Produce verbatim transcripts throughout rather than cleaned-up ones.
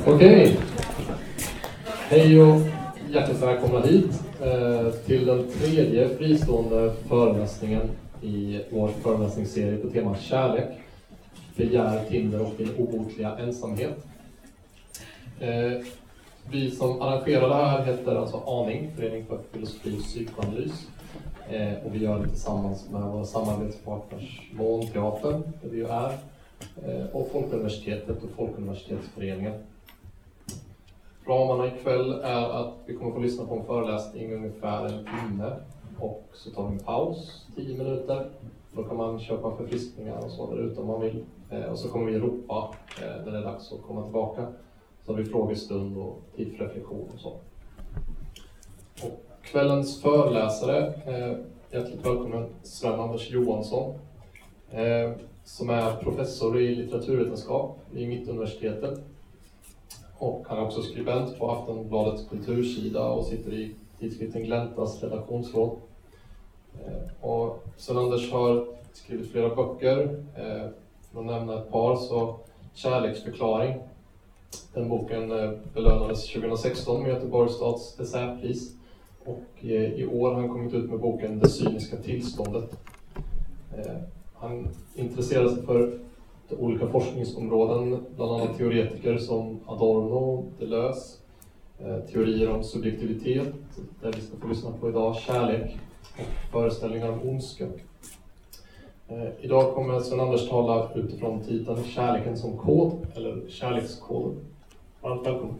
Okej. Hej och hjärtligt välkomna hit eh, till den tredje fristående föreläsningen i vår föreläsningsserie på temat kärlek, begär, Tinder och din obotliga ensamhet. Eh, vi som arrangerar det här heter alltså Aning, Förening för filosofi och psykoanalys. Eh, och vi gör det tillsammans med våra samarbetspartners Månteatern, där vi ju är, eh, och Folkuniversitetet och Folkuniversitetsföreningen. Ramarna ikväll är att vi kommer få lyssna på en föreläsning ungefär en timme och så tar vi en paus, tio minuter. Då kan man köpa förfriskningar och så där ute om man vill. Eh, och så kommer vi ropa eh, när det är dags att komma tillbaka. Så har vi frågestund och tid för reflektion och så. Och kvällens föreläsare, eh, hjärtligt välkommen Sven-Anders Johansson, eh, som är professor i litteraturvetenskap vid Mittuniversitetet. Och han är också skribent på Aftonbladets kultursida och sitter i tidskriften Gläntas redaktionsråd. Eh, och Sven-Anders har skrivit flera böcker. Eh, för att nämna ett par så Kärleksförklaring. Den boken eh, belönades tjugohundrasexton med Göteborgs stads essäpris. Och eh, i år har han kommit ut med boken Det cyniska tillståndet. Eh, han intresserade sig för olika forskningsområden, bland annat teoretiker som Adorno, Deleuze, eh, teorier om subjektivitet, där vi ska få lyssna på idag, kärlek och föreställningar om ondska. Eh, idag kommer Sven-Anders tala utifrån titeln Kärleken som kod, eller kärlekskoden. Varmt välkommen.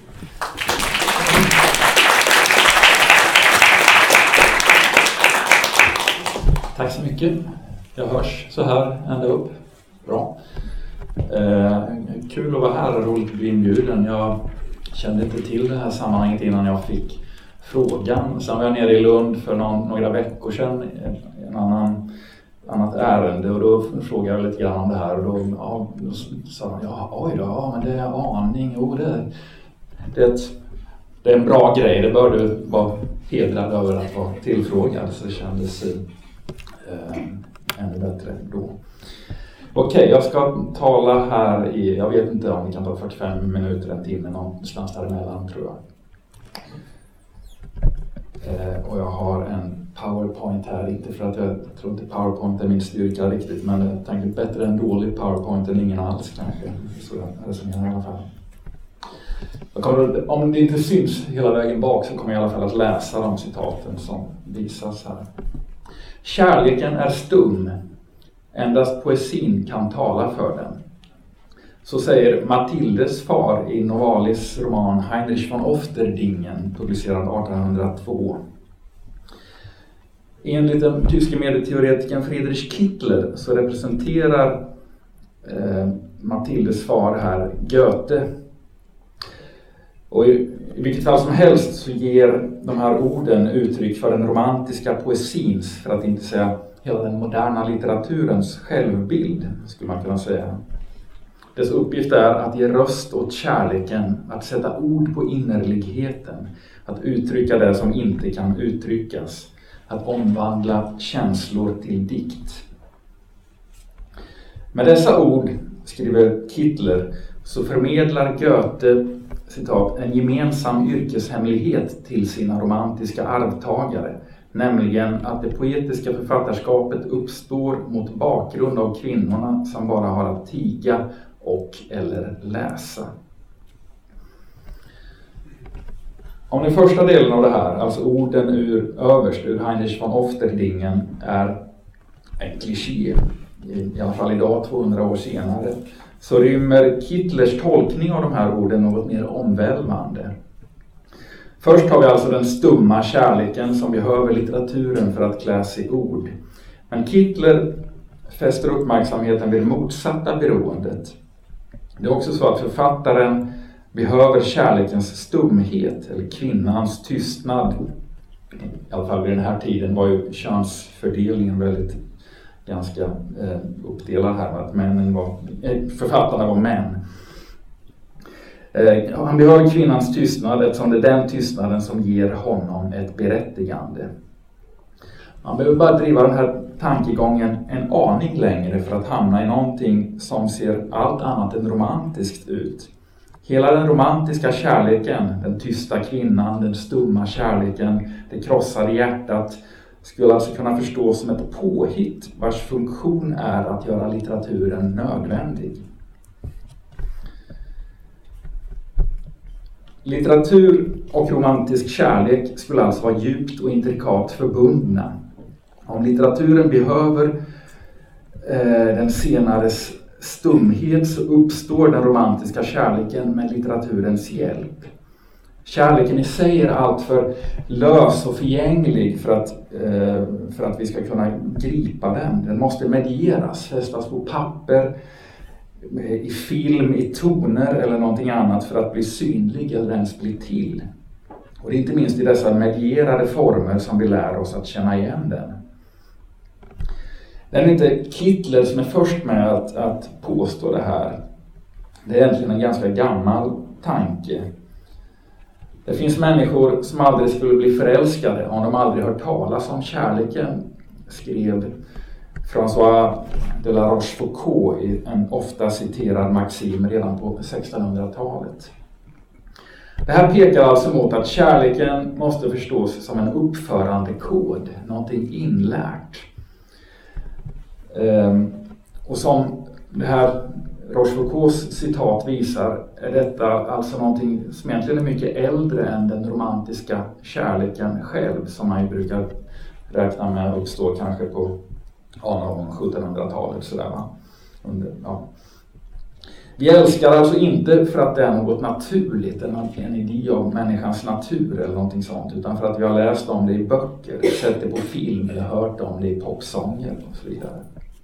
Tack så mycket. Jag hörs så här ända upp. Bra. Eh, kul att vara här och roligt att bli inbjuden. Jag kände inte till det här sammanhanget innan jag fick frågan. Sen var jag nere i Lund för någon, några veckor sedan, en annan annat ärende, och då frågade jag lite grann om det här och då, ja, då sa han, ja, oj då, ja, men det är aning, oh, det, det, är ett, det är en bra grej, det bör du vara hedrad över att vara tillfrågad, så det kändes eh, ännu bättre då. Okej, okay, jag ska tala här i, jag vet inte om vi kan ta fyrtiofem minuter, en timme, någonstans däremellan tror jag. Eh, och jag har en PowerPoint här, inte för att jag, jag tror inte PowerPoint är min styrka riktigt, men jag tänker bättre en dålig PowerPoint än ingen alls kanske. Så jag resonerar i alla fall. Jag kommer, om det inte syns hela vägen bak så kommer jag i alla fall att läsa de citaten som visas här. Kärleken är stum. Endast poesin kan tala för den. Så säger Mathildes far i Novalis roman Heinrich von Ofterdingen, publicerad artonhundratvå. Enligt den tyske medieteoretikern Friedrich Kittler så representerar eh, Mathildes far här Goethe. Och i, i vilket fall som helst så ger de här orden uttryck för den romantiska poesins, för att inte säga hela den moderna litteraturens självbild, skulle man kunna säga. Dess uppgift är att ge röst åt kärleken, att sätta ord på innerligheten, att uttrycka det som inte kan uttryckas, att omvandla känslor till dikt. Med dessa ord, skriver Kittler, så förmedlar Goethe, citat, en gemensam yrkeshemlighet till sina romantiska arvtagare, nämligen att det poetiska författarskapet uppstår mot bakgrund av kvinnorna som bara har att tiga och eller läsa. Om den första delen av det här, alltså orden ur överst, ur Heinrich von Ofterdingen, är en kliché, i alla fall idag tvåhundra år senare, så rymmer Kittlers tolkning av de här orden något mer omvälvande. Först har vi alltså den stumma kärleken som behöver litteraturen för att klä sig i ord. Men Kittler fäster uppmärksamheten vid det motsatta beroendet. Det är också så att författaren behöver kärlekens stumhet, eller kvinnans tystnad. I alla fall vid den här tiden var ju könsfördelningen väldigt ganska eh, uppdelad här. Att männen var, eh, författarna var män. Eh, han behöver kvinnans tystnad eftersom det är den tystnaden som ger honom ett berättigande. Man behöver bara driva den här tankegången en aning längre för att hamna i någonting som ser allt annat än romantiskt ut. Hela den romantiska kärleken, den tysta kvinnan, den stumma kärleken, det krossade hjärtat skulle alltså kunna förstås som ett påhitt vars funktion är att göra litteraturen nödvändig. Litteratur och romantisk kärlek skulle alltså vara djupt och intrikat förbundna. Om litteraturen behöver eh, den senares stumhet så uppstår den romantiska kärleken med litteraturens hjälp. Kärleken i sig är alltför lös och förgänglig för att, eh, för att vi ska kunna gripa den. Den måste medieras, fästas på papper, i film, i toner eller någonting annat för att bli synlig eller ens bli till. Och det är inte minst i dessa medierade former som vi lär oss att känna igen den. Det är inte Kittler som är först med att, att påstå det här. Det är egentligen en ganska gammal tanke. Det finns människor som aldrig skulle bli förälskade om de aldrig hört talas om kärleken, skrev François de la Rochefoucauld i en ofta citerad maxim redan på sextonhundratalet. Det här pekar alltså mot att kärleken måste förstås som en uppförandekod, någonting inlärt. Ehm, och som det här Rochefoucaulds citat visar är detta alltså någonting som egentligen är mycket äldre än den romantiska kärleken själv, som man ju brukar räkna med uppstår kanske på ja, sjuttonhundratalet. Sådär, va? Under, ja. Vi älskar alltså inte för att det är något naturligt, en, en idé av människans natur eller någonting sånt, utan för att vi har läst om det i böcker, sett det på film eller hört om det i popsånger och så vidare.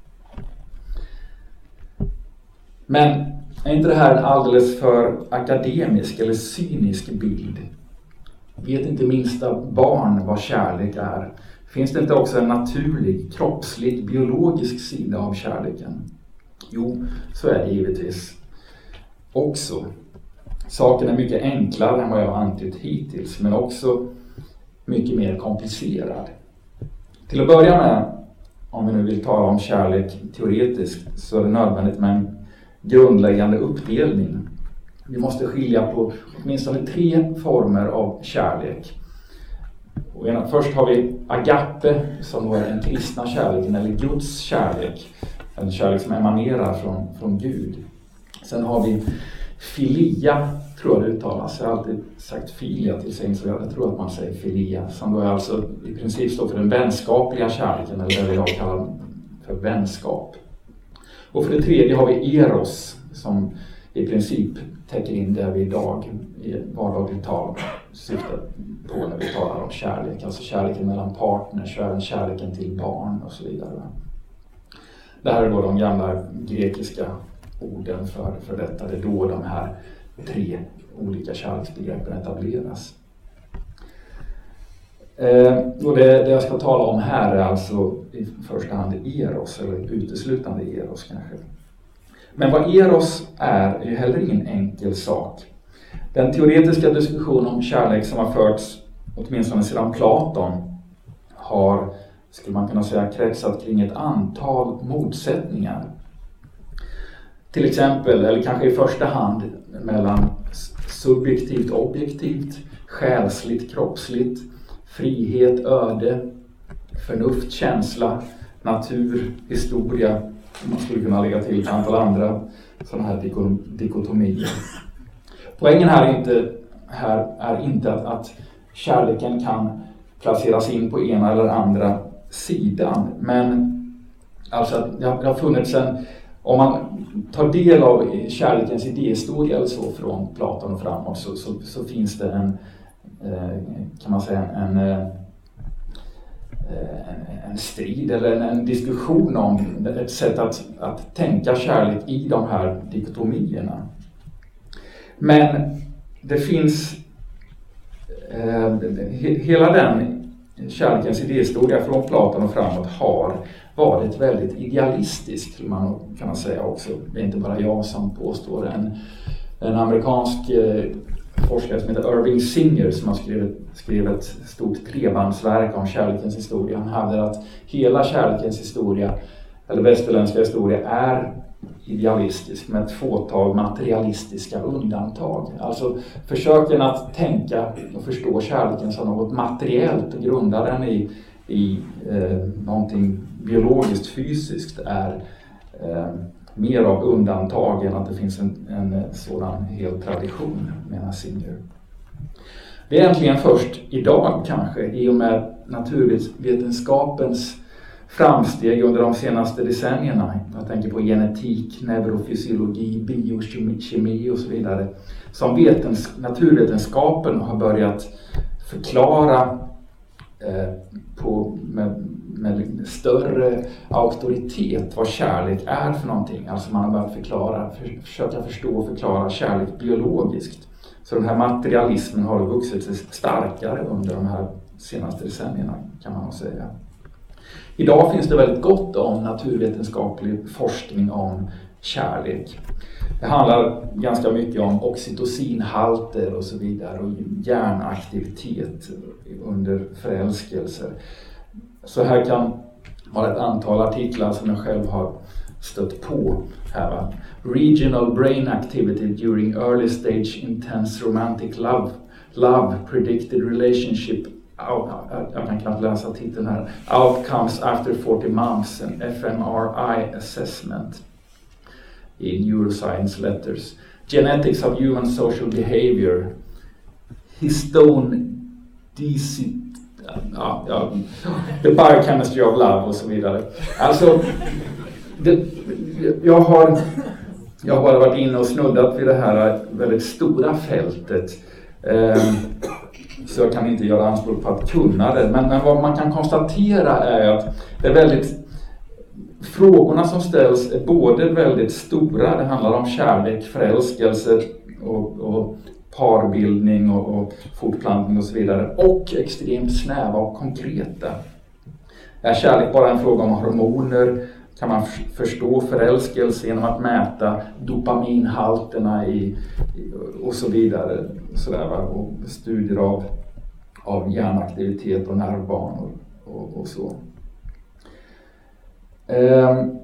Men är inte det här en alldeles för akademisk eller cynisk bild? Vet inte minsta barn vad kärlek är? Finns det inte också en naturlig, kroppslig, biologisk sida av kärleken? Jo, så är det givetvis också. Saken är mycket enklare än vad jag har antytt hittills, men också mycket mer komplicerad. Till att börja med, om vi nu vill tala om kärlek teoretiskt, så är det nödvändigt med en grundläggande uppdelning. Vi måste skilja på åtminstone tre former av kärlek. Och först har vi agape, som är den kristna kärleken eller Guds kärlek. En kärlek som emanerar från, från Gud. Sen har vi filia, tror jag det uttalas. Jag har alltid sagt filia till sig, så jag tror att man säger filia. Som då är alltså i princip står för den vänskapliga kärleken, eller det vi idag kallar för vänskap. Och för det tredje har vi eros, som i princip täcker in det vi idag i vardagligt tal syftar på när vi talar om kärlek. Alltså kärleken mellan partners, kärleken till barn och så vidare. Det här är då de gamla grekiska orden för, för detta. Det är då de här tre olika kärleksbegreppen etableras. Eh, och det, det jag ska tala om här är alltså i första hand eros, eller uteslutande eros kanske. Men vad eros är är ju heller ingen enkel sak. Den teoretiska diskussion om kärlek som har förts åtminstone sedan Platon har, skulle man kunna säga, kretsat kring ett antal motsättningar. Till exempel, eller kanske i första hand, mellan subjektivt objektivt, själsligt kroppsligt, frihet, öde, förnuft, känsla, natur, historia. Man skulle kunna lägga till ett antal andra sådana här dikotomier. Poängen här är inte, här är inte att, att kärleken kan placeras in på ena eller andra sidan. Men alltså det har, det har funnits en, om man tar del av kärlekens idéhistoria eller så från Platon och framåt, så, så, så finns det en, kan man säga, en, en, en strid eller en, en diskussion om ett sätt att, att tänka kärlek i de här dikotomierna. Men det finns eh, hela den kärlekens idéhistoria från Platon och framåt har varit väldigt idealistisk, skulle man kunna säga också. Det är inte bara jag som påstår. En, en amerikansk eh, forskare som heter Irving Singer, som har skrivit, skrivit ett stort trebandsverk om kärlekens historia. Han hävdar att hela kärlekens historia, eller västerländska historia, är idealistisk med ett fåtal materialistiska undantag. Alltså försöken att tänka och förstå kärleken som något materiellt och grunda den i, i eh, någonting biologiskt fysiskt är eh, mer av undantag än att det finns en, en sådan hel tradition, menar Singer. Det är egentligen först idag kanske, i och med naturvetenskapens framsteg under de senaste decennierna, jag tänker på genetik, neurofysiologi, biokemi och så vidare, som vetens, naturvetenskapen har börjat förklara eh, på, med, med större auktoritet vad kärlek är för någonting. Alltså man har börjat förklara, för, försöka förstå och förklara kärlek biologiskt. Så den här materialismen har vuxit sig starkare under de här senaste decennierna, kan man nog säga. Idag finns det väldigt gott om naturvetenskaplig forskning om kärlek. Det handlar ganska mycket om oxytocinhalter och så vidare och hjärnaktivitet under förälskelser. Så här kan vara ett antal artiklar som jag själv har stött på här. Va? Regional brain activity during early stage intense romantic love. Love predicted relationship. Jag kan knappt läsa titeln här. Outcomes after forty months, an F M R I assessment i Neuroscience Letters. Genetics of human social behavior. Histone decit. Ja, ja, the biochemistry of love och så vidare. Alltså, det, jag har jag har bara varit inne och snuddat vid det här väldigt stora fältet. Um, Så jag kan inte göra anspråk på att kunna det. Men, men vad man kan konstatera är att det är väldigt, frågorna som ställs är både väldigt stora. Det handlar om kärlek, förälskelse och, och parbildning och, och fortplantning och så vidare. Och extremt snäva och konkreta. Är kärlek bara en fråga om hormoner? Kan man förstå förälskelse genom att mäta dopaminhalterna i, och så vidare. Så där, va? Och studier av, av hjärnaktivitet och nervbanor och, och så. Ehm.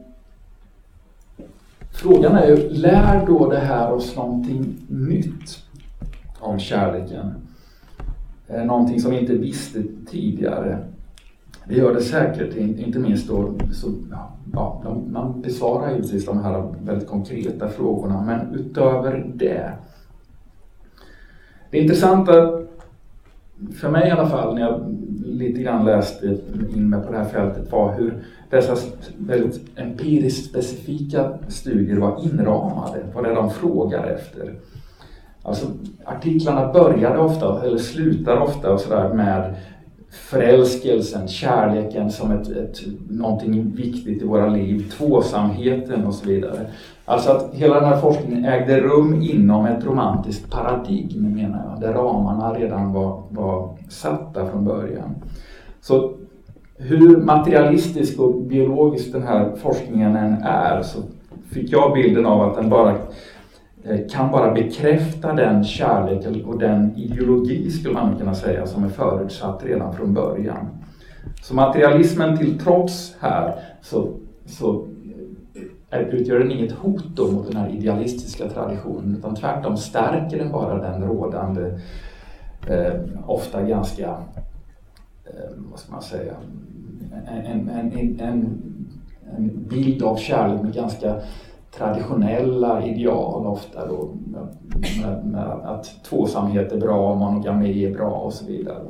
Frågan är ju, lär då det här oss någonting nytt om kärleken? Ehm, någonting som vi inte visste tidigare. Det gör det säkert, inte minst då, så, ja, man besvarar ju precis de här väldigt konkreta frågorna, men utöver det. Det intressanta, för mig i alla fall, när jag lite grann läste in mig på det här fältet, var hur dessa väldigt empiriskt specifika studier var inramade, vad det är de frågar efter. Alltså artiklarna började ofta, eller slutar ofta och sådär med förälskelsen, kärleken som ett, ett, någonting viktigt i våra liv, tvåsamheten och så vidare. Alltså att hela den här forskningen ägde rum inom ett romantiskt paradigm, menar jag, där ramarna redan var, var satta från början. Så hur materialistisk och biologisk den här forskningen än är, så fick jag bilden av att den bara kan bara bekräfta den kärlek och den ideologi, skulle man kunna säga, som är förutsatt redan från början. Så materialismen till trots här, så, så utgör den inget hot då mot den här idealistiska traditionen, utan tvärtom stärker den bara den rådande, eh, ofta ganska, eh, vad ska man säga, en, en, en, en, en bild av kärlek med ganska traditionella ideal ofta då, med, med, med att tvåsamhet är bra, monogami är bra och så vidare.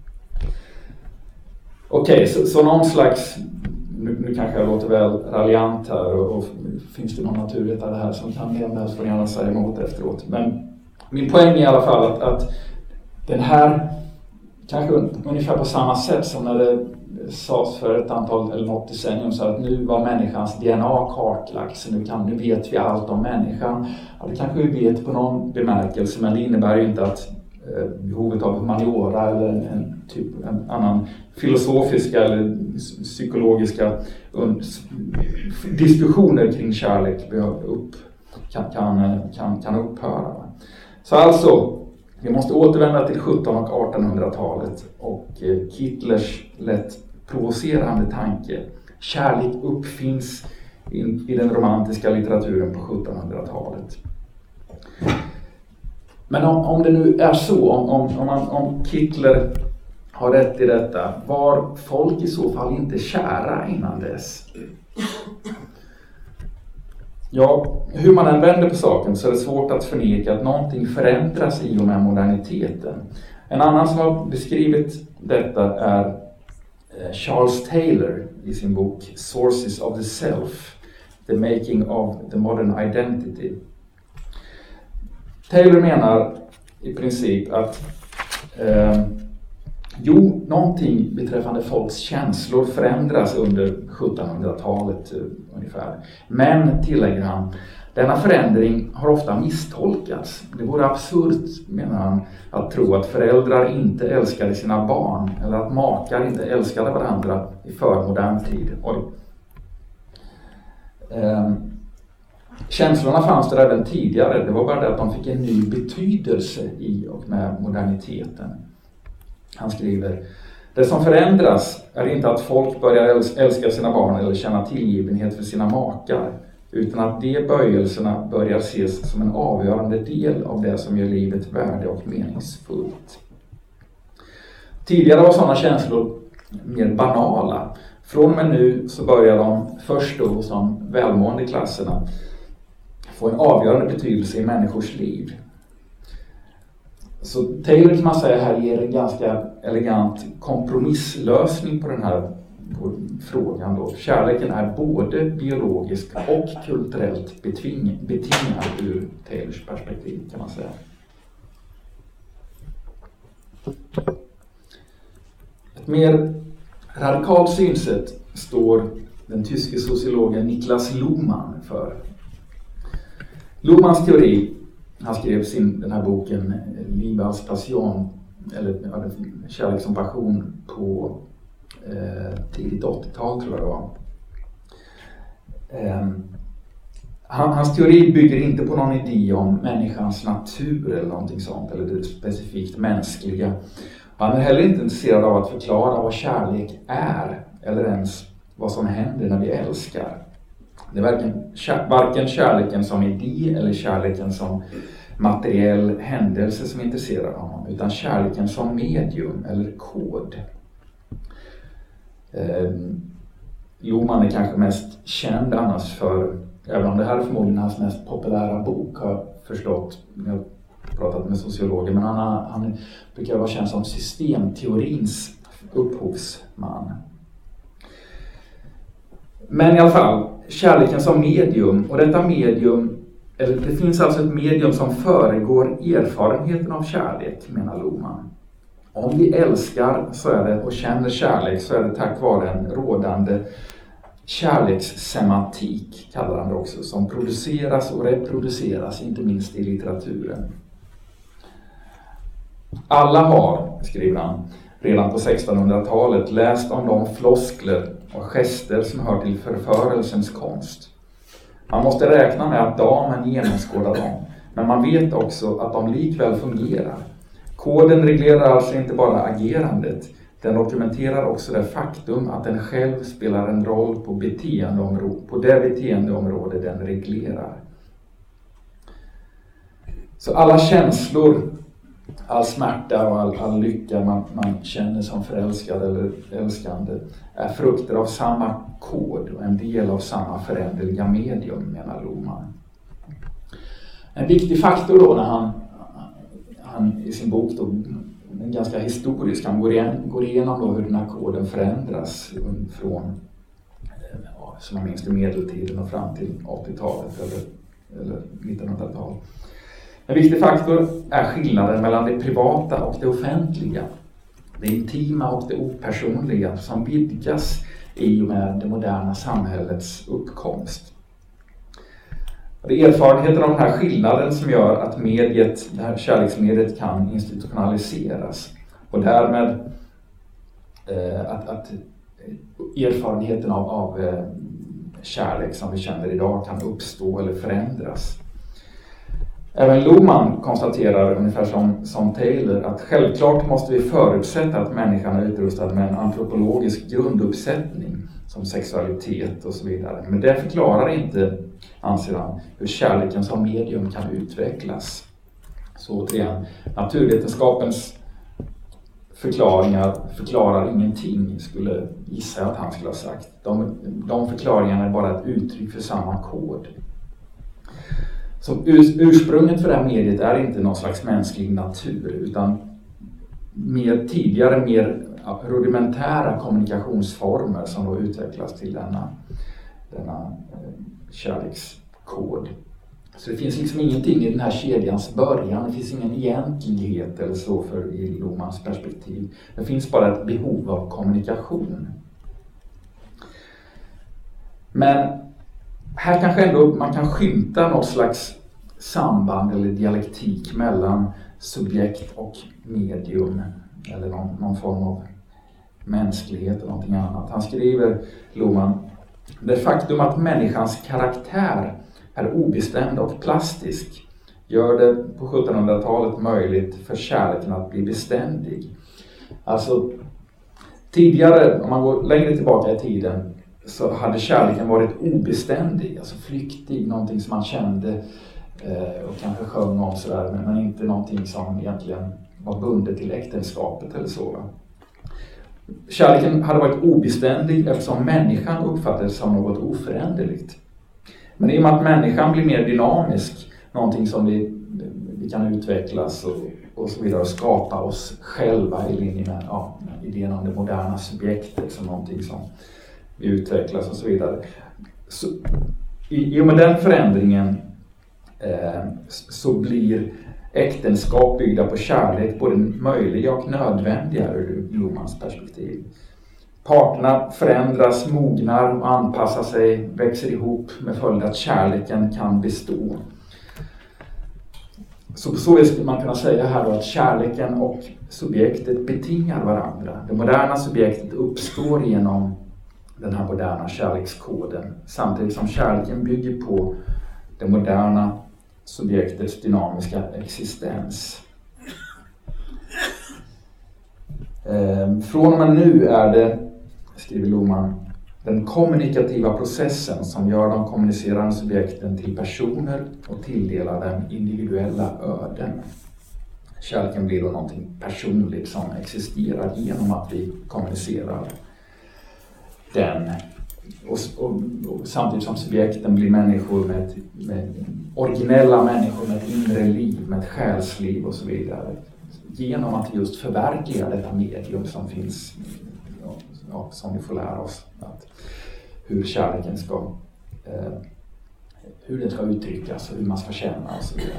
Okej, okay, så, så någon slags, nu, nu kanske jag låter väl raljant här och, och finns det någon naturvetare här som kan lämna så får gärna säga emot efteråt. Men min poäng är i alla fall att, att den här, kanske ungefär på samma sätt som när det sades för ett antal eller något decennium så att nu var människans D N A kartlagt, så nu, kan, nu vet vi allt om människan. Ja, det kanske vi vet på någon bemärkelse, men det innebär ju inte att eh, behovet av humaniora eller en, en, typ, en annan filosofiska eller psykologiska un, diskussioner kring kärlek upp, kan, kan, kan, kan upphöra. Så alltså, vi måste återvända till sjuttonhundra- och artonhundratalet och eh, Kittlers lätt provocerande tanke. Kärlek uppfinns in, i den romantiska litteraturen på sjuttonhundratalet. Men om, om det nu är så, om, om, om, man, om Kittler har rätt i detta, var folk i så fall inte kära innan dess? Ja, hur man än vänder på saken så är det svårt att förneka att någonting förändras i och med moderniteten. En annan som har beskrivit detta är Charles Taylor i sin bok Sources of the Self, The Making of the Modern Identity. Taylor menar i princip att eh, jo, någonting beträffande folks känslor förändras under sjuttonhundratalet eh, ungefär. Men, tillägger han, denna förändring har ofta misstolkats. Det vore absurt, menar han, att tro att föräldrar inte älskade sina barn eller att makar inte älskade varandra i förmodern tid. Oj. Eh, känslorna fanns där även tidigare. Det var bara det att de fick en ny betydelse i och med moderniteten. Han skriver: det som förändras är inte att folk börjar älska sina barn eller känna tillgivenhet för sina makar, utan att de böjelserna börjar ses som en avgörande del av det som gör livet värde och meningsfullt. Tidigare var sådana känslor mer banala. Från och med nu så börjar de först då hos de välmående klasserna få en avgörande betydelse i människors liv. Så Taylor, kan man säga, här ger en ganska elegant kompromisslösning på den här på frågan då. Kärleken är både biologisk och kulturellt betving, betingad ur Taylors perspektiv, kan man säga. Ett mer radikalt synsätt står den tyske sociologen Niklas Luhmann för. Luhmanns teori, han skrev sin, den här boken Liebe als Passion, eller ja, Kärlek som passion, på eh, tidigt åttiotal tror jag det var. Eh, han, hans teori bygger inte på någon idé om människans natur eller någonting sånt, eller det specifikt mänskliga. Han är heller inte intresserad av att förklara vad kärlek är, eller ens vad som händer när vi älskar. Det är varken, varken kärleken som idé eller kärleken som materiell händelse som intresserar honom, utan kärleken som medium eller kod. Eh, Luhmann är kanske mest känd annars för, även om det här är förmodligen hans mest populära bok, har jag förstått, jag har pratat med sociologer, men han, han brukar vara känd som systemteorins upphovsman. Men i alla fall, kärleken som medium, och detta medium, eller det finns alltså ett medium som föregår erfarenheten av kärlek, menar Luhmann. Om vi älskar så är det, och känner kärlek, så är det tack vare en rådande kärlekssemantik, kallar han det också, som produceras och reproduceras, inte minst i litteraturen. Alla har, skriver han, redan på sextonhundratalet läst om de floskler och gester som hör till förförelsens konst. Man måste räkna med att damen genomskådar dem, men man vet också att de likväl fungerar. Koden reglerar alltså inte bara agerandet, den dokumenterar också det faktum att den själv spelar en roll på, beteendeområde, på det beteendeområde den reglerar. Så alla känslor, all smärta och all, all lycka man, man känner som förälskad eller älskande är frukter av samma kod och en del av samma föränderliga medium, menar Luhmann. En viktig faktor då när han, han i sin bok då, en ganska historisk, han går, igen, går igenom då hur den här koden förändras från, ja, som jag minns, till medeltiden och fram till åttiotalet eller, eller nittonhundratalet. En viktig faktor är skillnaden mellan det privata och det offentliga, det intima och det opersonliga, som vidgas i och med det moderna samhällets uppkomst. Det är erfarenheten av den här skillnaden som gör att mediet, det här kärleksmediet, kan institutionaliseras. Och därmed eh, att, att erfarenheten av, av eh, kärlek som vi känner idag kan uppstå eller förändras. Även Luhmann konstaterar ungefär som, som Taylor att självklart måste vi förutsätta att människan är utrustad med en antropologisk grunduppsättning som sexualitet och så vidare. Men det förklarar inte, anser han, hur kärleken som medium kan utvecklas. Så återigen, naturvetenskapens förklaringar förklarar ingenting, skulle gissa att han skulle ha sagt. De, de förklaringarna är bara ett uttryck för samma kod. Så ur, ursprunget för det här mediet är inte någon slags mänsklig natur, utan mer tidigare, mer rudimentära kommunikationsformer som då utvecklas till denna, denna eh, kärlekskod. Så det finns liksom ingenting i den här kedjans början, det finns ingen egentlighet eller så för i Luhmanns perspektiv. Det finns bara ett behov av kommunikation. Men här kanske ändå man kan skymta något slags samband eller dialektik mellan subjekt och medium eller någon, någon form av mänsklighet eller någonting annat. Han skriver, Luhmann, det faktum att människans karaktär är obestämd och plastisk gör det på sjuttonhundratalet möjligt för kärleken att bli beständig. Alltså tidigare, om man går längre tillbaka i tiden, så hade kärleken varit obeständig, alltså flyktig, någonting som man kände eh, och kanske sjöng om sådär, men, men inte någonting som egentligen var bundet till äktenskapet eller så. Kärleken hade varit obeständig eftersom människan uppfattades som något oföränderligt. Men i och med att människan blir mer dynamisk, någonting som vi, vi kan utvecklas och, och så vidare, och skapa oss själva i linje med ja, idén om det moderna subjektet som någonting som vi utvecklas och så vidare. Så, i, I och med den förändringen eh, så blir äktenskap byggda på kärlek både möjliga och nödvändiga ur Luhmanns perspektiv. Parterna förändras, mognar och anpassar sig, växer ihop med följd att kärleken kan bestå. Så på så vis skulle man kunna säga här då att kärleken och subjektet betingar varandra. Det moderna subjektet uppstår genom den här moderna kärlekskoden, samtidigt som kärleken bygger på det moderna subjektets dynamiska existens. Från och med nu är det, skriver Luhmann, den kommunikativa processen som gör de kommunicerande subjekten till personer och tilldelar dem individuella öden. Kärleken blir då någonting personligt som existerar genom att vi kommunicerar den. Och, och, och samtidigt som subjekten blir människor med, med originella människor med ett inre liv, med ett själsliv och så vidare. Genom att just förverkliga detta medium som finns, ja, som vi får lära oss att hur kärleken ska eh, hur den ska uttryckas och hur man ska känna och så vidare.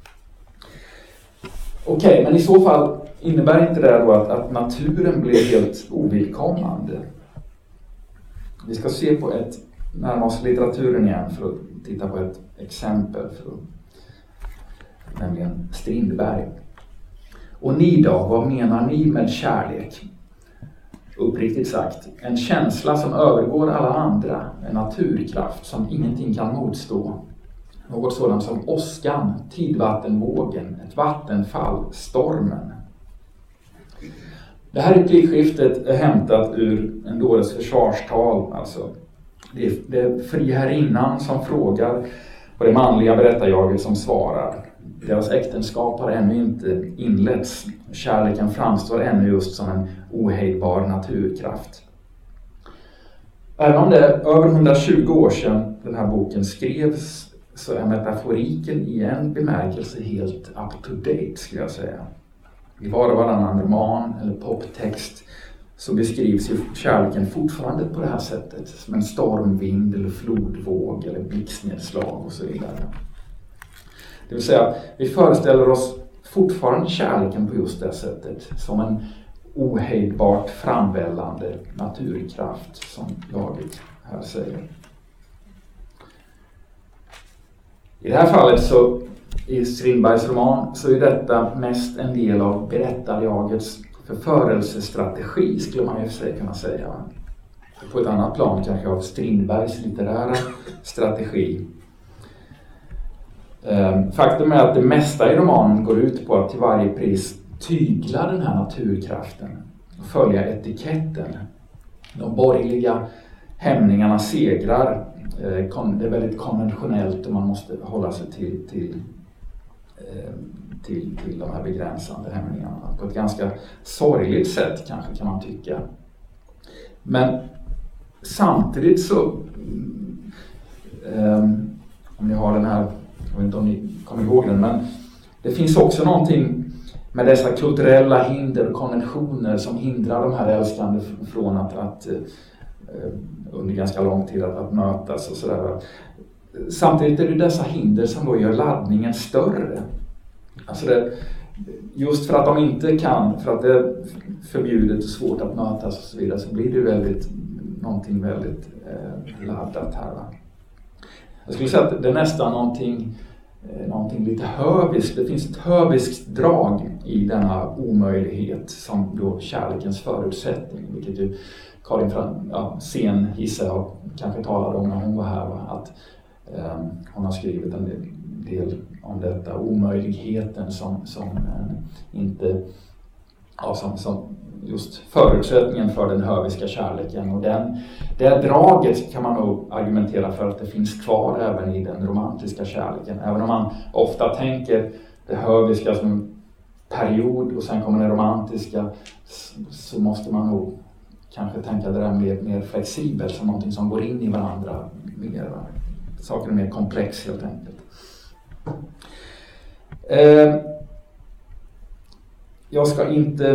Okej, okay, men i så fall innebär inte det då att, att naturen blir helt ovidkommande. Vi ska se på ett, närma oss litteraturen igen för att titta på ett exempel, för att, nämligen Strindberg. Och ni då, vad menar ni med kärlek? Uppriktigt sagt, en känsla som övergår alla andra, en naturkraft som ingenting kan motstå. Något sådant som åskan, tidvattenvågen, ett vattenfall, stormen. Det här replikskiftet är hämtat ur en dåres försvarstal. Alltså. Det är, det är friherrinnan som frågar och det manliga berättarjaget som svarar. Deras äktenskap har ännu inte inletts. Kärleken framstår ännu just som en ohejdbar naturkraft. Även om det är över hundratjugo år sedan den här boken skrevs, så är metaforiken i en bemärkelse helt up to date, skulle jag säga. I var och varannan roman eller poptext så beskrivs ju kärleken fortfarande på det här sättet. Som en stormvind eller flodvåg eller blixtnedslag och så vidare. Det vill säga, vi föreställer oss fortfarande kärleken på just det sättet. Som en ohejdbart framvällande naturkraft, som laget här säger. I det här fallet så, i Strindbergs roman, så är detta mest en del av berättarjagets förförelsestrategi, skulle man ju för sig kunna säga. På ett annat plan kanske av Strindbergs litterära strategi. Eh, faktum är att det mesta i romanen går ut på att till varje pris tygla den här naturkraften och följa etiketten. De borgerliga hämningarna segrar. Eh, det är väldigt konventionellt och man måste hålla sig till, till, eh, till, till de här begränsande hämningarna. På ett ganska sorgligt sätt kanske kan man tycka. Men samtidigt så, eh, om ni har den här, jag vet inte om ni kommer ihåg den, men det finns också någonting med dessa kulturella hinder och konventioner som hindrar de här älskande från att, att eh, under ganska lång tid att, att mötas och sådär. Samtidigt är det dessa hinder som då gör laddningen större. Alltså det, just för att de inte kan, för att det är förbjudet och svårt att mötas och så vidare, så blir det väldigt, någonting väldigt eh, laddat här. Va? Jag skulle säga att det är nästan någonting, eh, någonting lite höviskt. Det finns ett höviskt drag i denna omöjlighet som då kärlekens förutsättning, vilket ju Karin ja, Sen gissar jag kanske talade om när hon var här. Va? Att eh, hon har skrivit en del om detta, omöjligheten som, som eh, inte, ja, som, som just förutsättningen för den höviska kärleken. Och den, det draget kan man nog argumentera för att det finns kvar även i den romantiska kärleken. Även om man ofta tänker det höviska som en period och sen kommer det romantiska, så måste man nog kanske tänka det där mer, mer flexibelt, som någonting som går in i varandra mer. Va? Saker är mer komplex helt enkelt. Eh, jag ska inte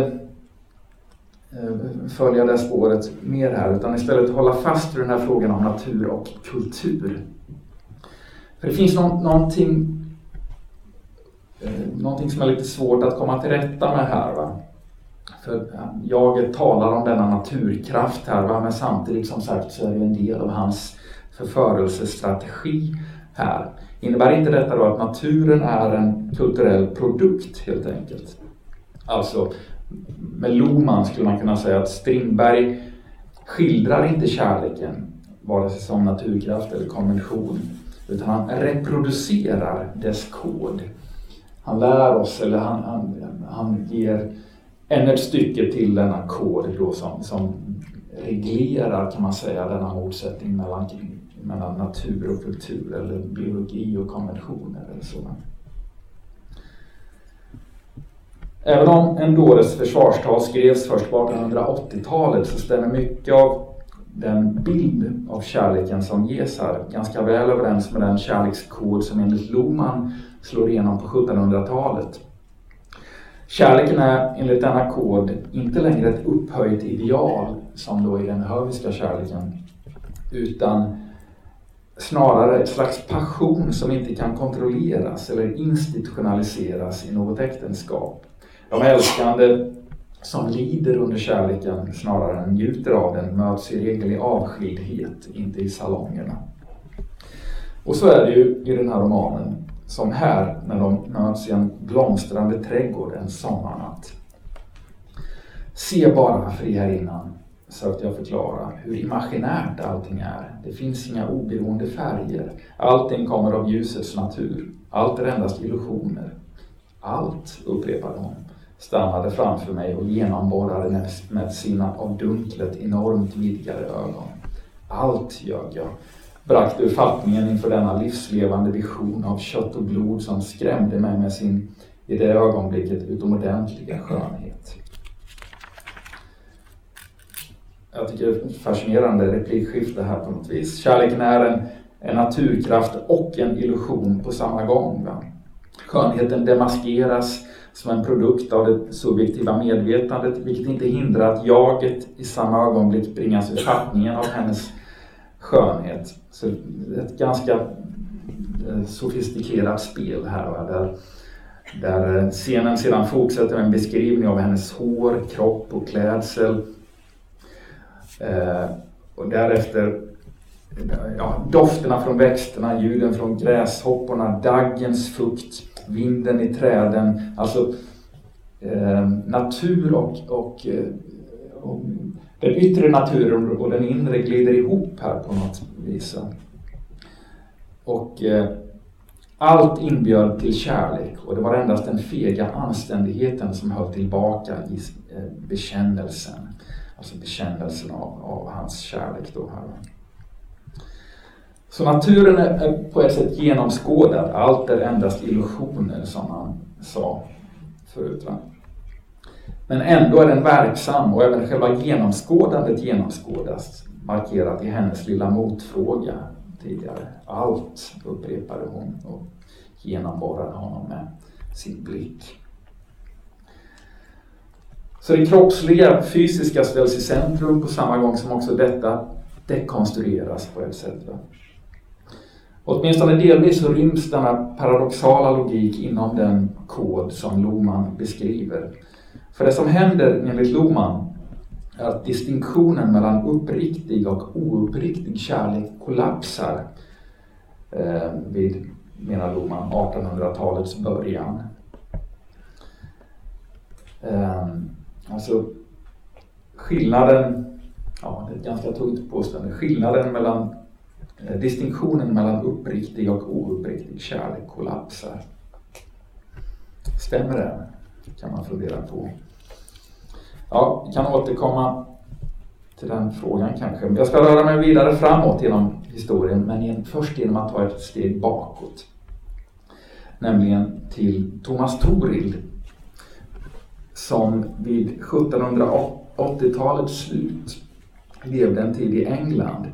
eh, följa det spåret mer här, utan istället hålla fast vid den här frågan om natur och kultur. För det finns no- någonting, eh, någonting som är lite svårt att komma till rätta med här. Va? För jag talar om denna naturkraft här, va? Men samtidigt som sagt så är det en del av hans förförelsestrategi här. Innebär inte detta då att naturen är en kulturell produkt helt enkelt? Alltså med Lohmann skulle man kunna säga att Strindberg skildrar inte kärleken vare sig som naturkraft eller konvention, utan han reproducerar dess kod. Han lär oss, eller han, han, han ger ännu ett stycke till denna kod då som, som reglerar, kan man säga, denna motsättning mellan, mellan natur och kultur, eller biologi och konventioner eller så. Även om Endores försvarstal skrevs först på artonhundraåttiotalet så stämmer mycket av den bild av kärleken som ges här ganska väl överens med den kärlekskod som enligt Lohmann slår igenom på sjuttonhundratalet. Kärleken är enligt denna kod inte längre ett upphöjt ideal som då i den höviska kärleken, utan snarare ett slags passion som inte kan kontrolleras eller institutionaliseras i något äktenskap. De älskande som lider under kärleken snarare än njuter av den möts i regel i avskildhet, inte i salongerna. Och så är det ju i den här romanen, som här när de möts i en blomstrande trädgård en sommarnatt. Se bara, friherrinnan, sökte jag förklara, hur imaginärt allting är. Det finns inga oberoende färger. Allting kommer av ljusets natur. Allt är endast illusioner. Allt, upprepade hon, stannade framför mig och genomborrade med sina av dunklet enormt vidgade ögon. Allt, ljög jag, brakt ur fattningen inför denna livslevande vision av kött och blod som skrämde mig med sin, i det ögonblicket, utomordentliga skönhet. Jag tycker det är ett fascinerande replikskifte här på något vis. Kärleken är en, en naturkraft och en illusion på samma gång. Va? Skönheten demaskeras som en produkt av det subjektiva medvetandet, vilket inte hindrar att jaget i samma ögonblick bringas ur fattningen av hennes skönhet. Så det är ett ganska sofistikerat spel här, va? Där, där scenen sedan fortsätter med en beskrivning av hennes hår, kropp och klädsel. Eh, och därefter ja, dofterna från växterna, ljuden från gräshopporna, daggens fukt, vinden i träden, alltså eh, natur och, och, och den yttre naturen och den inre glider ihop här på något vis. Och eh, Allt inbjöd till kärlek och det var endast den fega anständigheten som höll tillbaka i bekännelsen. Alltså bekännelsen av, av hans kärlek då här. Så naturen är på ett sätt genomskådad. Allt är endast illusioner som han sa förut. Va? Men ändå är den verksam och även själva genomskådandet genomskådas. Markerat i hennes lilla motfråga tidigare. Allt upprepade hon och genomborrade honom med sin blick. Så det kroppsliga, fysiska ställs i centrum på samma gång som också detta dekonstrueras på ett sätt. Va? Åtminstone delvis så ryms denna paradoxala logik inom den kod som Lohmann beskriver. För det som händer enligt Lohmann är att distinktionen mellan uppriktig och ouppriktig kärlek kollapsar eh, vid, menar Lohmann, artonhundratalets början. Eh, alltså skillnaden, ja det är ett ganska tungt påstående, skillnaden mellan eh, distinktionen mellan uppriktig och ouppriktig kärlek kollapsar. Stämmer det? Kan man fundera på. Ja, vi kan återkomma till den frågan kanske. Jag ska röra mig vidare framåt genom historien, men först genom att ta ett steg bakåt. Nämligen till Thomas Torild, som vid sjuttonhundraåttiotalets slut levde en tid i England.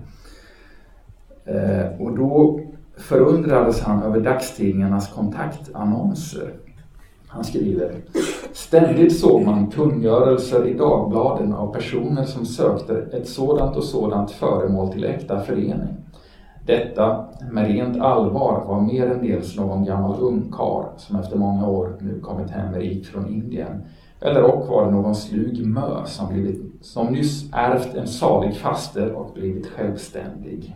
Och då förundrades han över dagstidningarnas kontaktannonser. Han skriver: ständigt såg man kungörelser i dagbladen av personer som sökte ett sådant och sådant föremål till äkta förening. Detta med rent allvar var mer än dels någon gammal ungkarl som efter många år nu kommit hem rik från Indien. Eller och var det någon slug mö som, blivit, som nyss ärvt en salig faster och blivit självständig.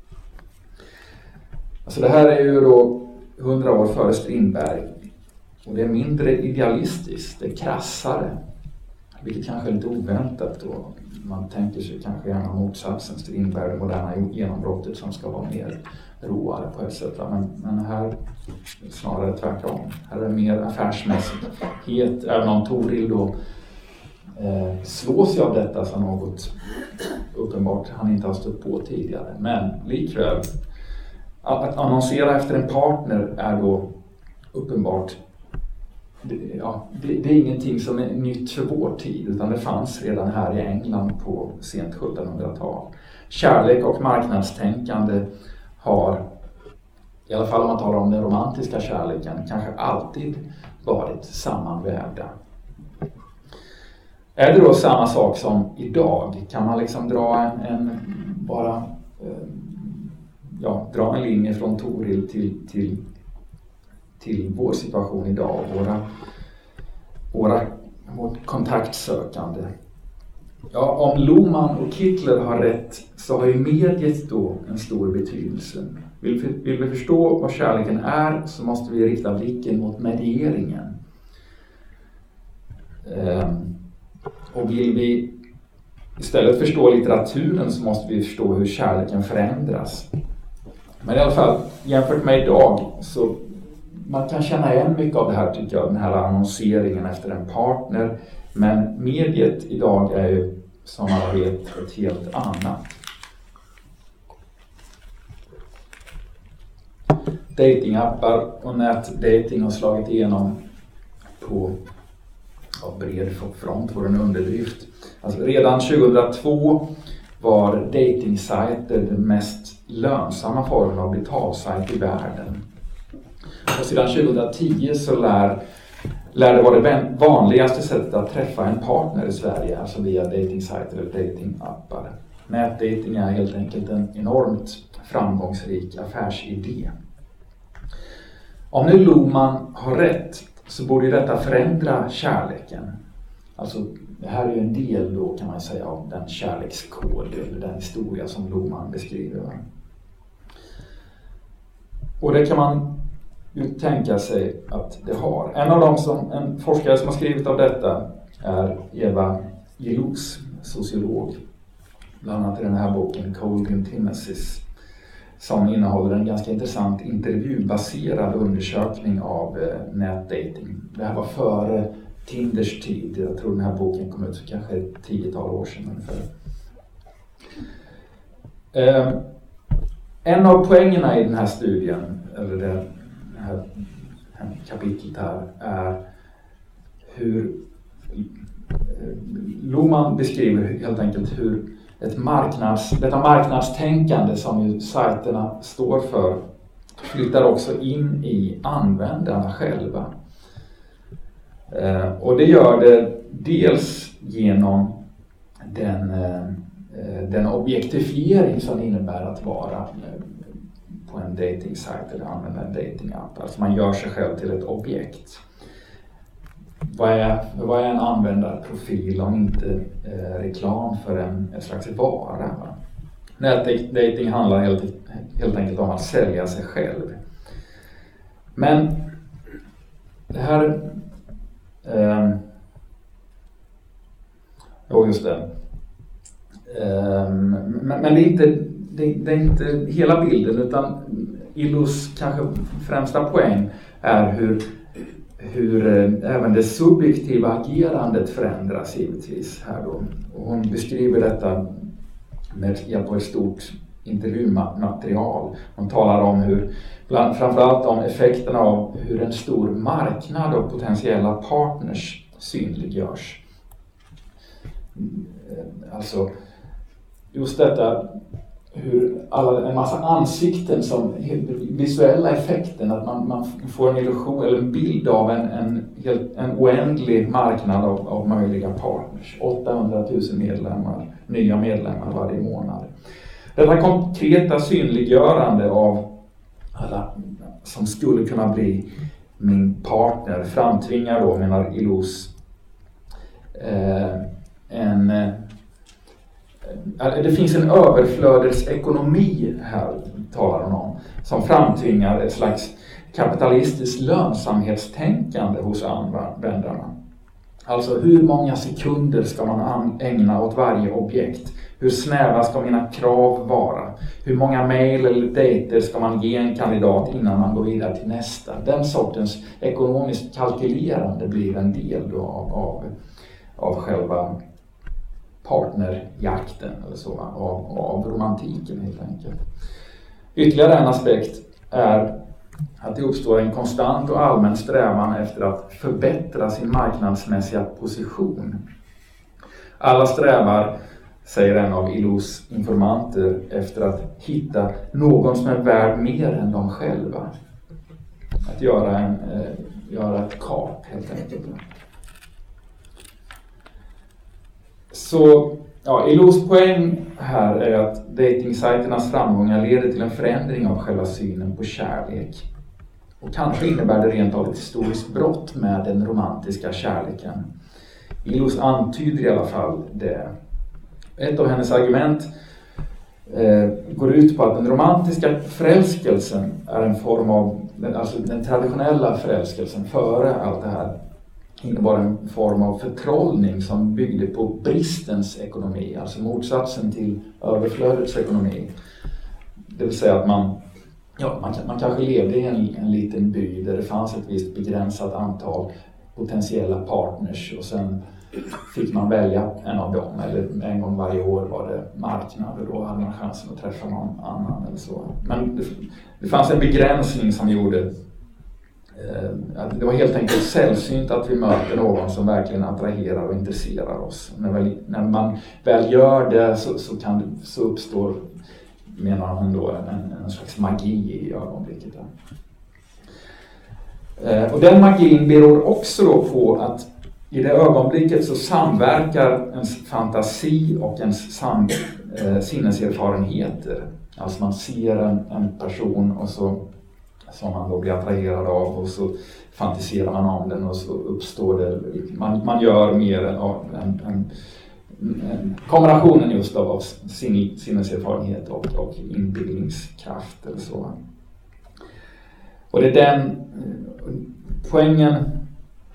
Alltså det här är ju då hundra år före Strindberg. Och det är mindre idealistiskt, det är krassare. Vilket kanske är lite oväntat då. Man tänker sig kanske gärna motsatsen, Strindberg, det moderna genombrottet som ska vara mer roare på ett sätt. Men, men här snarare tvärtom. Här är det mer affärsmässighet, även om Torild då eh, slås ju av detta som något uppenbart han inte har stött på tidigare. Men likväl, att, att annonsera efter en partner är då uppenbart. Det, ja, det, det är ingenting som är nytt för vår tid, utan det fanns redan här i England på sent sjuttonhundratal. Kärlek och marknadstänkande har, i alla fall om man talar om den romantiska kärleken, kanske alltid varit sammanvävda. Är det då samma sak som idag? Kan man liksom dra en, en bara ja, dra en linje från Torild till, till till vår situation idag, våra, våra, vårt kontaktsökande. Ja, om Lohmann och Kittler har rätt så har ju mediet då en stor betydelse. Vill, vill vi förstå vad kärleken är så måste vi rikta blicken mot medieringen. Ehm, och vill vi istället förstå litteraturen så måste vi förstå hur kärleken förändras. Men i alla fall, jämfört med idag så man kan känna igen mycket av det här tycker jag, den här annonseringen efter en partner. Men mediet idag är ju som alla vet ett helt annat. Datingappar och nätdating har slagit igenom på ja, bred front, var en underdrift. Alltså redan tjugohundratvå var datingsajter den mest lönsamma formen av betalsajt i världen. Och sedan tjugohundratio så lär, lär det vara det vanligaste sättet att träffa en partner i Sverige, alltså via datingsajter eller datingappar. Nätdating är helt enkelt en enormt framgångsrik affärsidé. Om nu Lohmann har rätt så borde detta förändra kärleken. Alltså det här är ju en del då kan man säga av den kärlekskod eller den historia som Lohmann beskriver. Och det kan man ju tänka sig att det har. En av dem som, en forskare som har skrivit av detta är Eva Illouz, sociolog. Bland annat i den här boken Cold Intimacies som innehåller en ganska intressant intervjubaserad undersökning av eh, nätdating. Det här var före Tinders tid. Jag tror den här boken kom ut för kanske ett tiotal år sedan ungefär. Eh, en av poängerna i den här studien, eller det här, här kapitlet här, är hur eh, Lohmann beskriver helt enkelt hur ett marknads, detta marknadstänkande som ju sajterna står för flyttar också in i användarna själva. Eh, och det gör det dels genom den, eh, den objektifiering som det innebär att vara eh, på en dating-sajt eller använda en dating-app. Alltså man gör sig själv till ett objekt. Vad är, vad är en användarprofil om inte eh, reklam för en, en slags vara? Va? Nätdating handlar helt, helt enkelt om att sälja sig själv. Men det här... Eh, jo, just det. Eh, men, men det är inte, det, det är inte hela bilden, utan Illos kanske främsta poäng är hur hur eh, även det subjektiva agerandet förändras givetvis här då. Och hon beskriver detta med hjälp av ett stort intervjumaterial. Hon talar om hur, bland, framförallt om effekterna av hur en stor marknad av potentiella partners synliggörs. Alltså just detta hur alla, en massa ansikten som visuella effekten, att man, man får en illusion eller en bild av en, en, helt, en oändlig marknad av, av möjliga partners. åttahundratusen medlemmar, nya medlemmar varje månad. Detta konkreta synliggörande av alla som skulle kunna bli min partner framtvingar då, menar Illos, eh, en det finns en överflödesekonomi här, talar hon om, som framtvingar ett slags kapitalistiskt lönsamhetstänkande hos användarna. Alltså hur många sekunder ska man ägna åt varje objekt? Hur snäva ska mina krav vara? Hur många mejl eller dejter ska man ge en kandidat innan man går vidare till nästa? Den sortens ekonomiskt kalkylerande blir en del då av, av, av själva partnerjakten eller så, av, av romantiken helt enkelt. Ytterligare en aspekt är att det uppstår en konstant och allmän strävan efter att förbättra sin marknadsmässiga position. Alla strävar, säger en av Illos informanter, efter att hitta någon som är värd mer än de själva. Att göra, en, eh, göra ett kap helt enkelt. Så ja, Illos poäng här är att datingsajternas framgångar leder till en förändring av själva synen på kärlek. Och kanske innebär det rent av ett historiskt brott med den romantiska kärleken. Illos antyder i alla fall det. Ett av hennes argument eh, går ut på att den romantiska förälskelsen är en form av, alltså den traditionella förälskelsen före allt det här, innebar en form av förtrollning som byggde på bristens ekonomi, alltså motsatsen till överflödets ekonomi. Det vill säga att man, ja, man, man kanske levde i en, en liten by där det fanns ett visst begränsat antal potentiella partners och sen fick man välja en av dem, eller en gång varje år var det marknad och då hade man chansen att träffa någon annan eller så. Men det, det fanns en begränsning som gjorde att det var helt enkelt sällsynt att vi möter någon som verkligen attraherar och intresserar oss. När, väl, när man väl gör det så, så, kan det, så uppstår, menar han då, en, en slags magi i ögonblicket. Eh, och den magin beror också då på att i det ögonblicket så samverkar ens fantasi och ens sam, eh, sinneserfarenheter. Alltså man ser en, en person och så som man då blir attraherad av och så fantiserar man om den och så uppstår det, man, man gör mer än en, en, en kombinationen just av, av sin, sinneserfarenhet och, och inbildningskraft eller så. Och det är den poängen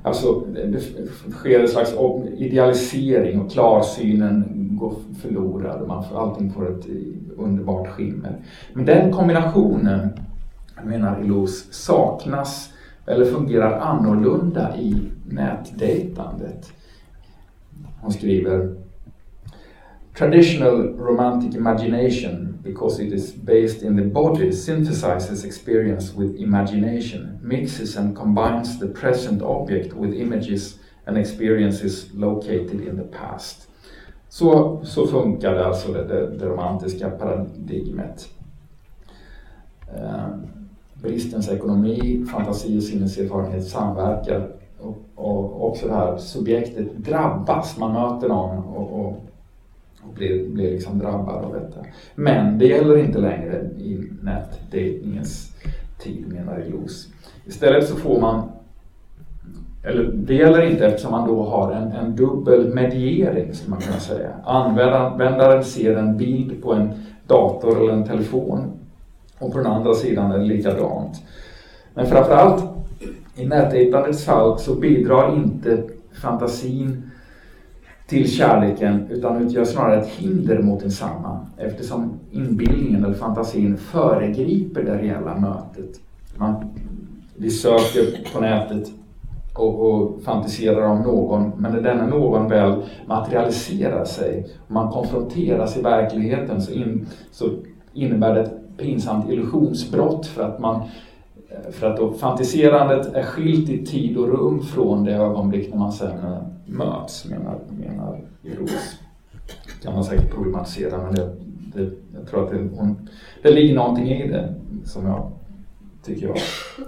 Alltså det sker en slags idealisering och klarsynen går förlorad och man får, allting får ett underbart skimmer. Men den kombinationen, menar Illouz, saknas eller fungerar annorlunda i nätdejtandet. Hon skriver: Traditional romantic imagination, because it is based in the body, synthesizes experience with imagination, mixes and combines the present object with images and experiences located in the past. Så, så funkar det alltså det, det, det romantiska paradigmet. Eh, bristens ekonomi, fantasi och sinneserfarenhet samverkar och, och också det här subjektet drabbas, man möter någon och, och och blir, blir liksom drabbad av detta. Men det gäller inte längre i nätdatingens tid, menar Illouz. Istället så får man, eller det gäller inte eftersom man då har en, en dubbel mediering, som man kan säga. Användaren ser en bild på en dator eller en telefon och på den andra sidan är det likadant. Men framförallt i nätdatandets fall så bidrar inte fantasin till kärleken utan utgör snarare ett hinder mot densamma, eftersom inbildningen eller fantasin föregriper det reella mötet. Man, vi söker på nätet och, och fantiserar om någon, men när denna någon väl materialiserar sig och man konfronteras i verkligheten så, in, så innebär det ett pinsamt illusionsbrott, för att man För att då fantiserandet är skilt i tid och rum från det ögonblick när man sen möts, menar, menar Illouz. Kan man säkert problematisera, men det, det, jag tror att det, hon, det ligger någonting i det som jag tycker jag.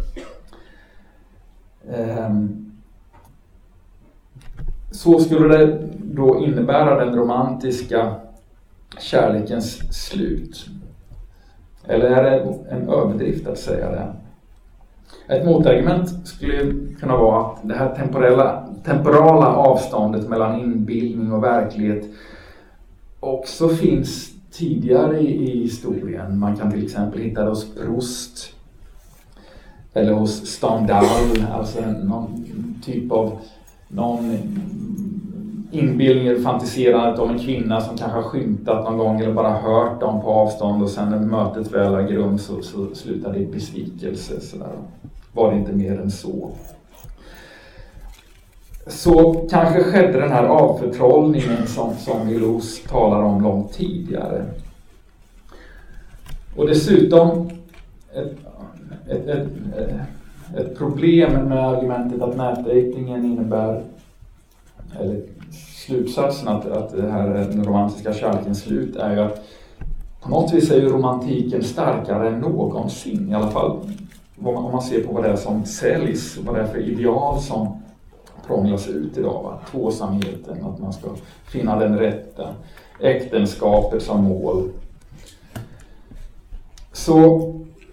Um, så skulle det då innebära den romantiska kärlekens slut. Eller är det en överdrift att säga det? Ett motargument skulle kunna vara att det här temporella, temporala avståndet mellan inbildning och verklighet också finns tidigare i, i historien. Man kan till exempel hitta det hos Proust eller hos Stendhal, alltså någon typ av någon inbildning eller fantiserandet om en kvinna som kanske har skymtat någon gång eller bara hört dem på avstånd, och sen när mötet väl äger rum så, så slutar det i besvikelse. Så där. Var det inte mer än så. Så kanske skedde den här avförtrollningen som, som Illouz talar om långt tidigare. Och dessutom ett, ett, ett, ett problem med argumentet att nätdatingen innebär, eller slutsatsen att, att det här den romantiska kärlekens slut är ju att på något vis är ju romantiken starkare än någonsin, i alla fall om man ser på vad det är som säljs, vad det är för ideal som prånglas ut idag. Va? Tvåsamheten, att man ska finna den rätta, äktenskapet som mål. Så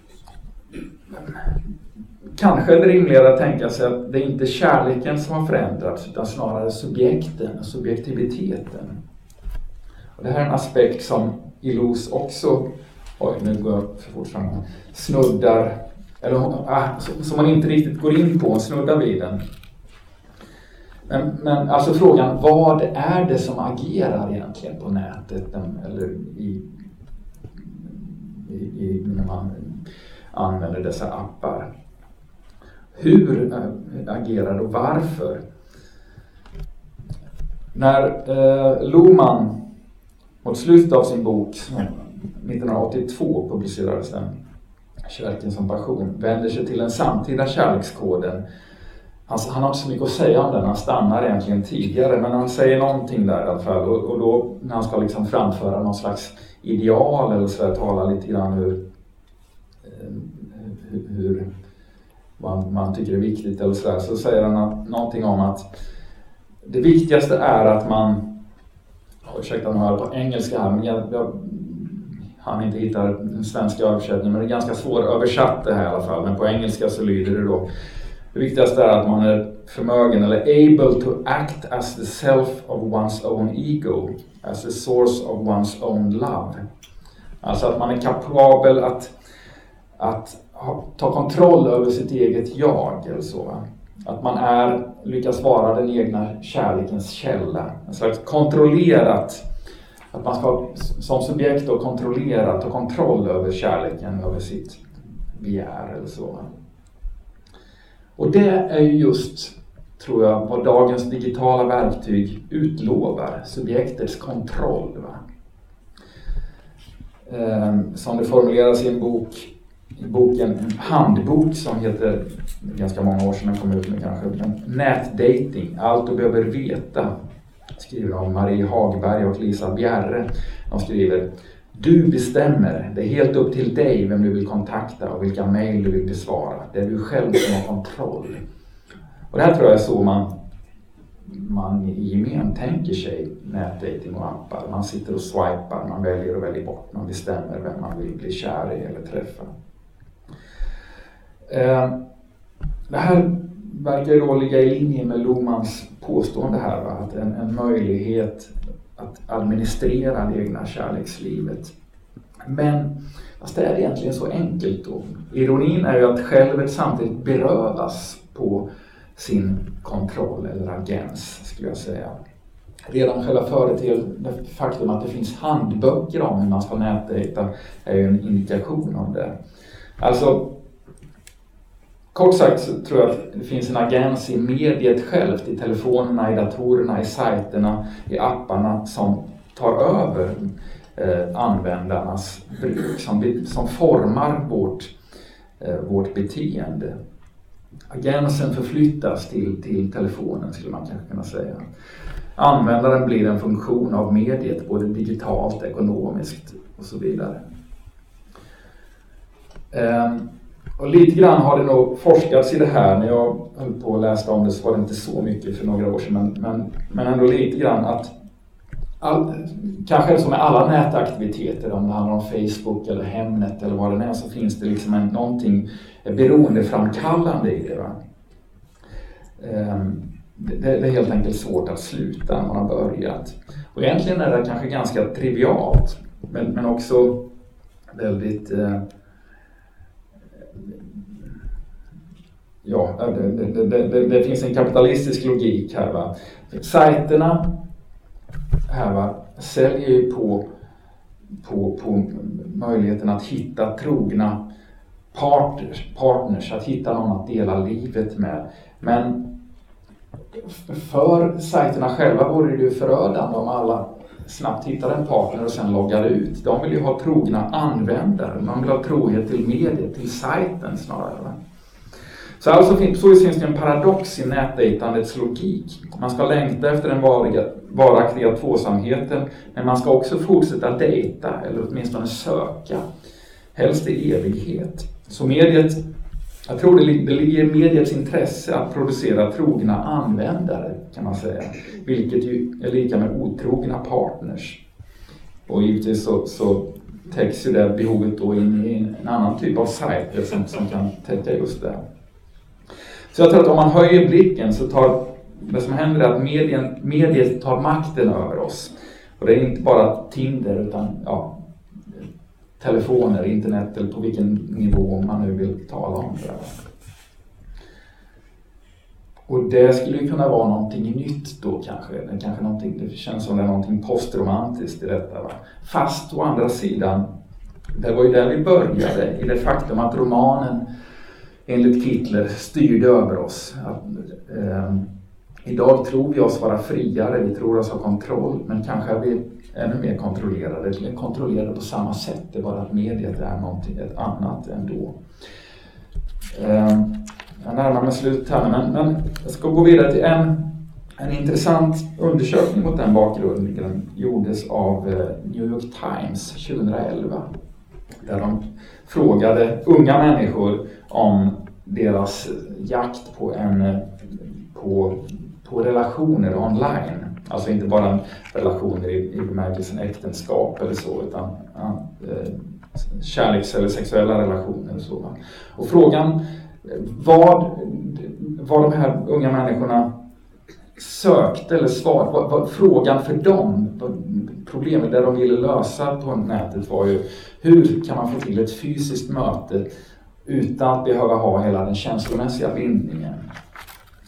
kanske är det rimligare att tänka sig att det är inte kärleken som har förändrats utan snarare subjekten och subjektiviteten. Och det här är en aspekt som Illouz också, oj nu går jag för fort fram, snuddar, eller äh, som man inte riktigt går in på, snuddar vid den. Men, men alltså frågan, vad är det som agerar egentligen på nätet eller i, i, i när man använder dessa appar? Hur agerar och varför? När eh, Luhmann mot slutet av sin bok nittonhundraåttiotvå publicerades den, Kärleken som passion, vänder sig till den samtida kärlekskoden. Han, han har inte så mycket att säga om den, han stannar egentligen tidigare, men han säger någonting där i alla fall. Och, och då när han ska liksom framföra någon slags ideal eller så där, tala lite grann hur, hur, hur man, man tycker är viktigt eller så där, så säger han att, någonting om att det viktigaste är att man, oh, ursäkta om jag hör på engelska här, men jag, jag han inte hittar den svenska översättningen, men det är ganska svår översatt det här i alla fall, men på engelska så lyder det då: det viktigaste är att man är förmögen eller able to act as the self of one's own ego, as the source of one's own love. Alltså att man är kapabel att, att ha, ta kontroll över sitt eget jag eller så. Att man är, lyckas vara den egna kärlekens källa. En slags kontrollerat, att man ska som subjekt då kontrollera, ta kontroll över kärleken, över sitt begär eller så. Och det är ju just, tror jag, vad dagens digitala verktyg utlovar, subjektets kontroll. Va? Ehm, som det formuleras i en bok, i boken, en handbok som heter, ganska många år sedan den kom ut nu kanske, men Nätdating, allt du behöver veta, skriver om Marie Hagberg och Lisa Bjerre. De skriver: du bestämmer, det är helt upp till dig vem du vill kontakta och vilka mejl du vill besvara. Det är du själv som har kontroll. Och det här tror jag är så man, man i gemen tänker sig nätdating och appar. Man sitter och swipar, man väljer och väljer bort, man bestämmer vem man vill bli kär i eller träffa. Eh, det här verkar då ligga i linje med Lohmans påstående här, va? Att en, en möjlighet att administrera det egna kärlekslivet. Men fast det är egentligen så enkelt då. Ironin är ju att självet samtidigt berövas på sin kontroll eller agens, skulle jag säga. Redan själva företeelsen, det faktum att det finns handböcker om hur man ska nätdejta är ju en indikation om det. Alltså, kort sagt så tror jag att det finns en agens i mediet självt, i telefonerna, i datorerna, i sajterna, i apparna som tar över eh, användarnas bruk, som, som formar vårt, eh, vårt beteende. Agensen förflyttas till, till telefonen, skulle man kanske kunna säga. Användaren blir en funktion av mediet, både digitalt, ekonomiskt och så vidare. Eh, Och lite grann har det nog forskats i det här. När jag höll på att läsa om det så var det inte så mycket för några år sedan. Men, men, men ändå lite grann att all, kanske som med alla nätaktiviteter, om det handlar om Facebook eller Hemnet eller vad det är, så finns det liksom en, någonting beroendeframkallande i det. Va? Um, det, det är helt enkelt svårt att sluta när man har börjat. Och egentligen är det kanske ganska trivialt. Men, men också väldigt... Uh, Ja, det, det, det, det finns en kapitalistisk logik här. Va? Sajterna här, va, säljer ju på, på, på möjligheten att hitta trogna partners, partners, att hitta någon att dela livet med. Men för sajterna själva vore det ju förödande om alla snabbt hittar en partner och sen loggar ut. De vill ju ha trogna användare. Man vill ha trohet till mediet, till sajten snarare. Va? Så alltså finns, så finns det en paradox i nätdejtandets logik. Man ska längta efter den variga, varaktiga tvåsamheten, men man ska också fortsätta dejta, eller åtminstone söka, helst i evighet. Så mediet, jag tror det, det ligger i mediets intresse att producera trogna användare, kan man säga. Vilket ju är lika med otrogna partners. Och givetvis så, så täcks ju det behovet då in i en annan typ av sajter som, som kan täcka just det. Så jag tror att om man höjer blicken så tar det som händer är att medien, mediet tar makten över oss. Och det är inte bara Tinder utan ja, telefoner, internet eller på vilken nivå man nu vill tala om det. Och det skulle ju kunna vara någonting nytt då kanske. Det, kanske någonting, det känns som det är någonting postromantiskt i detta. Va? Fast å andra sidan, det var ju där vi började, i det faktum att romanen enligt Kittler styrde över oss. Att, eh, idag tror vi oss vara friare, vi tror oss ha kontroll, men kanske är vi ännu mer kontrollerade, eller kontrollerade på samma sätt. Det är bara att mediet är någonting ett annat ändå. Eh, jag närmar mig slut här, men, men jag ska gå vidare till en, en intressant undersökning mot den bakgrunden. Den gjordes av eh, New York Times tjugoelva. Där de frågade unga människor om deras jakt på, en, på, på relationer online. Alltså inte bara relationer i, i bemärkelsen äktenskap eller så, utan ja, kärleks- eller sexuella relationer. Och, så. Och frågan vad, vad de här unga människorna sökte eller svarade, vad, vad, frågan för dem, problemet där de ville lösa på nätet var ju hur kan man få till ett fysiskt möte utan att behöva ha hela den känslomässiga bindningen.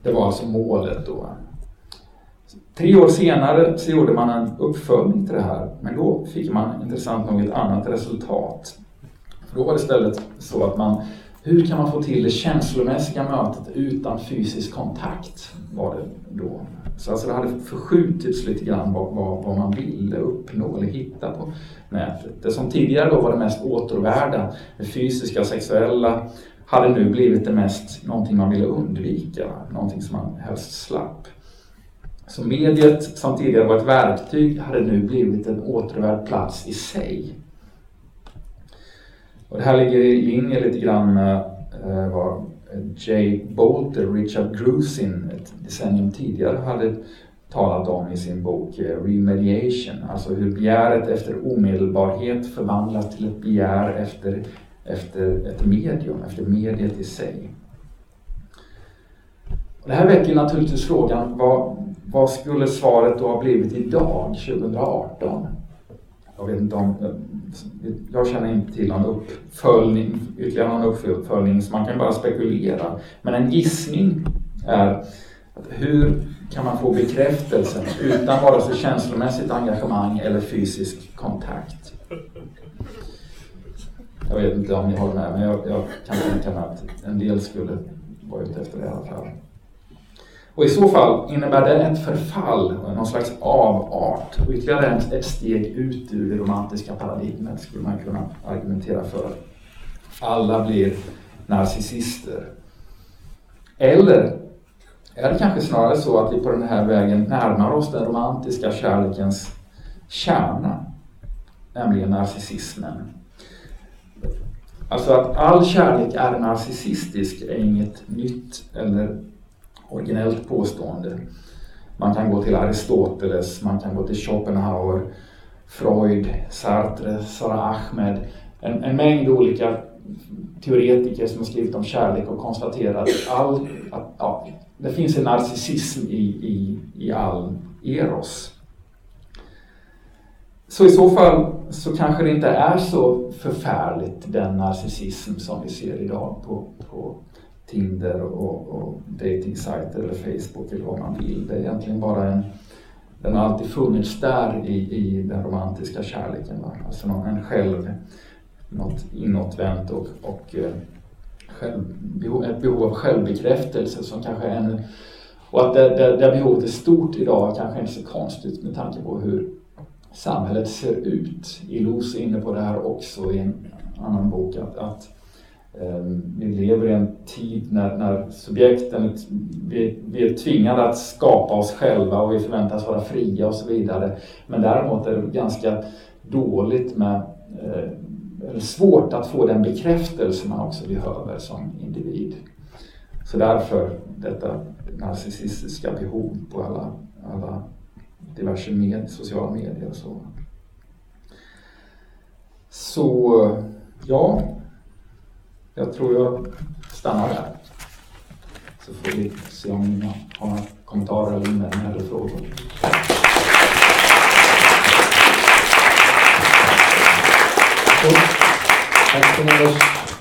det var alltså målet då. Tre år senare så gjorde man en uppföljning till det här, men då fick man intressant nog ett annat resultat. För då var det istället så att man, hur kan man få till det känslomässiga mötet utan fysisk kontakt, var det då. Så alltså det hade förskjutits lite grann vad, vad, vad man ville uppnå eller hitta på nätet. Det som tidigare då var det mest återvärda, det fysiska och sexuella, hade nu blivit det mest någonting man ville undvika, någonting som man helst slapp. Så mediet som tidigare var ett verktyg hade nu blivit en återvärd plats i sig. Och det här ligger i linje lite grann med eh, vad Jay Bolter och Richard Grusin ett decennium tidigare hade talat om i sin bok eh, Remediation. Alltså hur begäret efter omedelbarhet förvandlas till ett begär efter, efter ett medium, efter mediet i sig. Och det här väcker naturligtvis frågan, vad, vad skulle svaret då ha blivit idag, tjugo arton? Jag vet inte om, jag känner inte till någon uppföljning, ytterligare någon uppföljning, så man kan bara spekulera. Men en gissning är att hur kan man få bekräftelse utan vare sig känslomässigt engagemang eller fysisk kontakt? Jag vet inte om ni håller med, men jag, jag kan tänka mig att en del skulle vara ute efter det i alla fall. Och i så fall innebär det ett förfall, någon slags avart och ytterligare ett steg ut ur det romantiska paradigmet skulle man kunna argumentera för. Alla blir narcissister. Eller är det kanske snarare så att vi på den här vägen närmar oss den romantiska kärlekens kärna, nämligen narcissismen. Alltså att all kärlek är narcissistisk är inget nytt eller originellt påstående. Man kan gå till Aristoteles, man kan gå till Schopenhauer, Freud, Sartre, Sara Ahmed. En, en mängd olika teoretiker som har skrivit om kärlek och konstaterat att, all, att ja, det finns en narcissism i, i, i all eros. Så i så fall så kanske det inte är så förfärligt den narcissism som vi ser idag på, på Tinder och, och datingsajter eller Facebook eller vad man vill. Det är egentligen bara en, den har alltid funnits där i, i den romantiska kärleken. Va? Alltså någon, en själv, något inåtvänt och, och själv, ett behov av självbekräftelse som kanske är ännu, och att det, det, det behovet är stort idag kanske inte så konstigt med tanke på hur samhället ser ut. Illouz är inne på det här också i en annan bok att, att vi lever i en tid när, när subjekten, vi, vi är tvingade att skapa oss själva och vi förväntas vara fria och så vidare. Men däremot är det ganska dåligt med, eller svårt att få den bekräftelse man också behöver som individ. Så därför detta narcissistiska behov på alla, alla diverse med, sociala medier och så. Så ja, jag tror jag stannar där. Så får vi se om ni har några kommentarer eller invändningar eller frågor. Tack så mycket.